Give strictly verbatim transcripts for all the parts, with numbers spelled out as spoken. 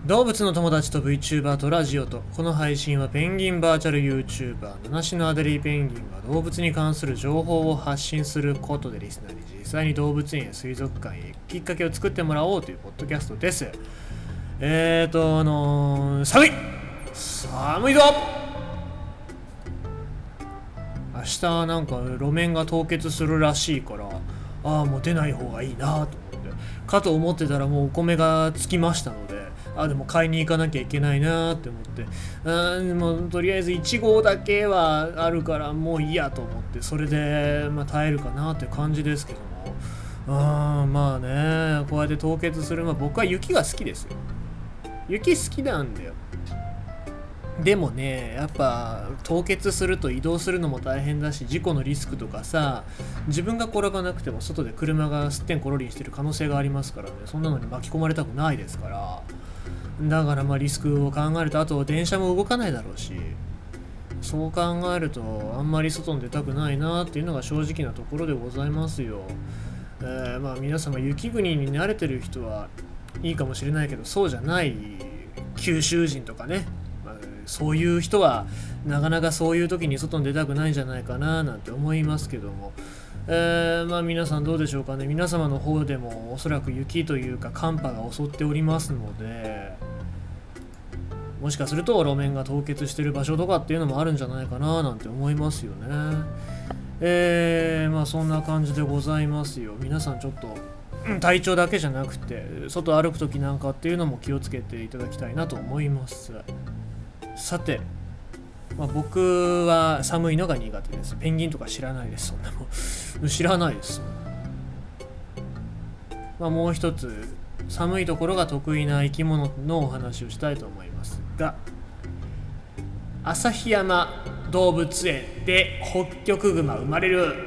動物の友達と VTuber とラジオと、この配信はペンギンバーチャル YouTuber 七種のアデリーペンギンが動物に関する情報を発信することでリスナーに実際に動物園や水族館へ行くきっかけを作ってもらおうというポッドキャストです。えーとあのー、寒い寒いぞ。明日なんか路面が凍結するらしいから、ああもう出ない方がいいなと思ってかと思ってたら、もうお米がつきましたので、あでも買いに行かなきゃいけないなって思って、あもうとりあえずいち号だけはあるからもういいやと思って、それで、まあ、耐えるかなって感じですけども、あまあね、こうやって凍結する、まあ、僕は雪が好きですよ。雪好きなんだよ。でもね、やっぱ凍結すると移動するのも大変だし、事故のリスクとかさ、自分が転ばなくても外で車がすってんころりんしてる可能性がありますからね、そんなのに巻き込まれたくないですから。だからまあリスクを考えると、あと電車も動かないだろうし、そう考えるとあんまり外に出たくないなっていうのが正直なところでございますよ。えー、まあ皆様雪国に慣れてる人はいいかもしれないけど、そうじゃない九州人とかね、そういう人はなかなかそういう時に外に出たくないんじゃないかななんて思いますけども、えー、まあ皆さんどうでしょうかね。皆様の方でもおそらく雪というか寒波が襲っておりますので、もしかすると路面が凍結してる場所とかっていうのもあるんじゃないかななんて思いますよね。えー、まあそんな感じでございますよ。皆さんちょっと体調だけじゃなくて外歩く時なんかっていうのも気をつけていただきたいなと思います。さて、まあ、僕は寒いのが苦手です。ペンギンとか知らないです。そんなもん知らないです。まあ、もう一つ寒いところが得意な生き物のお話をしたいと思いますが、旭山動物園でホッキョクグマ生まれる。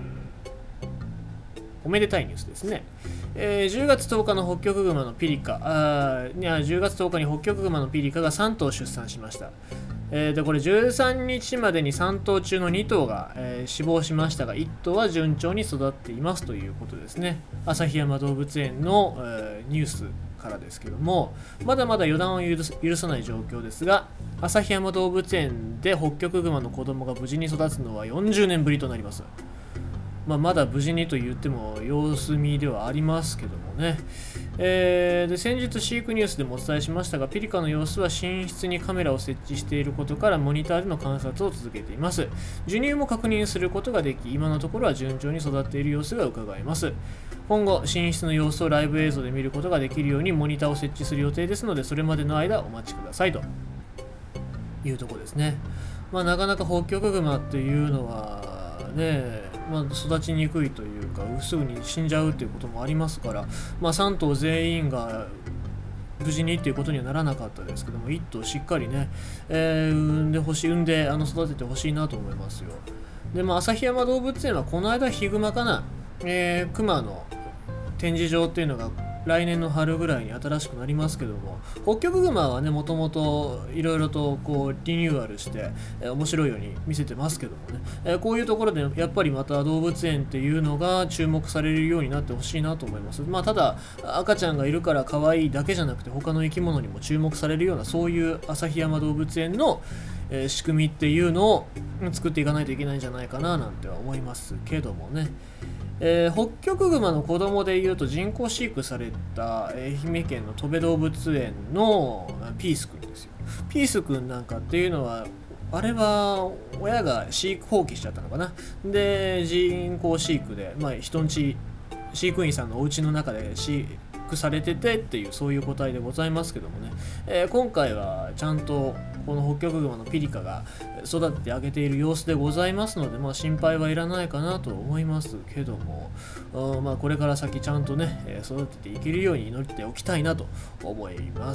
おめでたいニュースですね。えー、じゅうがつとおかのホッキョクグマのピリカあいやじゅうがつとおかにホッキョクグマのピリカがさん頭出産しました。えー、でこれじゅうさんにちまでにさん頭中のに頭が、えー、死亡しましたが、いっ頭は順調に育っていますということですね。旭山動物園の、えー、ニュースからですけども、まだまだ予断を許す、許さない状況ですが、旭山動物園でホッキョクグマの子供が無事に育つのはよんじゅうねんぶりとなります。まあ、まだ無事にと言っても様子見ではありますけどもね。えー、で先日飼育ニュースでもお伝えしましたが、ピリカの様子は寝室にカメラを設置していることからモニターでの観察を続けています。授乳も確認することができ、今のところは順調に育っている様子が伺えます。今後寝室の様子をライブ映像で見ることができるようにモニターを設置する予定ですので、それまでの間お待ちくださいというところですね。まあ、なかなかホッキョクグマっていうのはね、まあ、育ちにくいというかすぐに死んじゃうということもありますから、まあ、さん頭全員が無事にっていうことにはならなかったですけども、いっ頭しっかりね、えー、産んでほしい産んであの育ててほしいなと思いますよ。でまあ旭山動物園はこの間ヒグマかな、えー、クマの展示場っていうのが来年の春ぐらいに新しくなりますけども、ホッキョクグマはね、もともといろいろとこうリニューアルして、えー、面白いように見せてますけどもね、えー、こういうところでやっぱりまた動物園っていうのが注目されるようになってほしいなと思います。まあただ赤ちゃんがいるから可愛いだけじゃなくて、他の生き物にも注目されるような、そういう旭山動物園の、えー、仕組みっていうのを作っていかないといけないんじゃないかななんては思いますけどもね。えー、ホッキョクグマの子供でいうと、人工飼育された愛媛県のとべ動物園のピースくんですよ。ピースくんなんかっていうのは、あれは親が飼育放棄しちゃったのかな。で人工飼育で、まあ、人んち飼育員さんのお家の中で飼育されててっていう、そういう個体でございますけどもね、えー、今回はちゃんとこのホッキョクグマのピリカが育ててあげている様子でございますので、まあ、心配はいらないかなと思いますけども、まあ、これから先ちゃんとね育てていけるように祈っておきたいなと思います。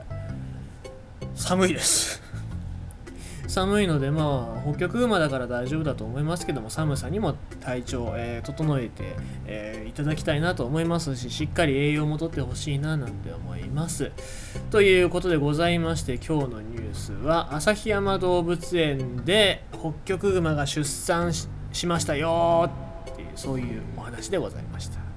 寒いです寒いので、まあホッキョクグマだから大丈夫だと思いますけども、寒さにも体調、えー、整えて、えー、いただきたいなと思いますし、しっかり栄養もとってほしいななんて思います。ということでございまして、今日のニュースは旭山動物園でホッキョクグマが出産 し, しましたよっていう、そういうお話でございました。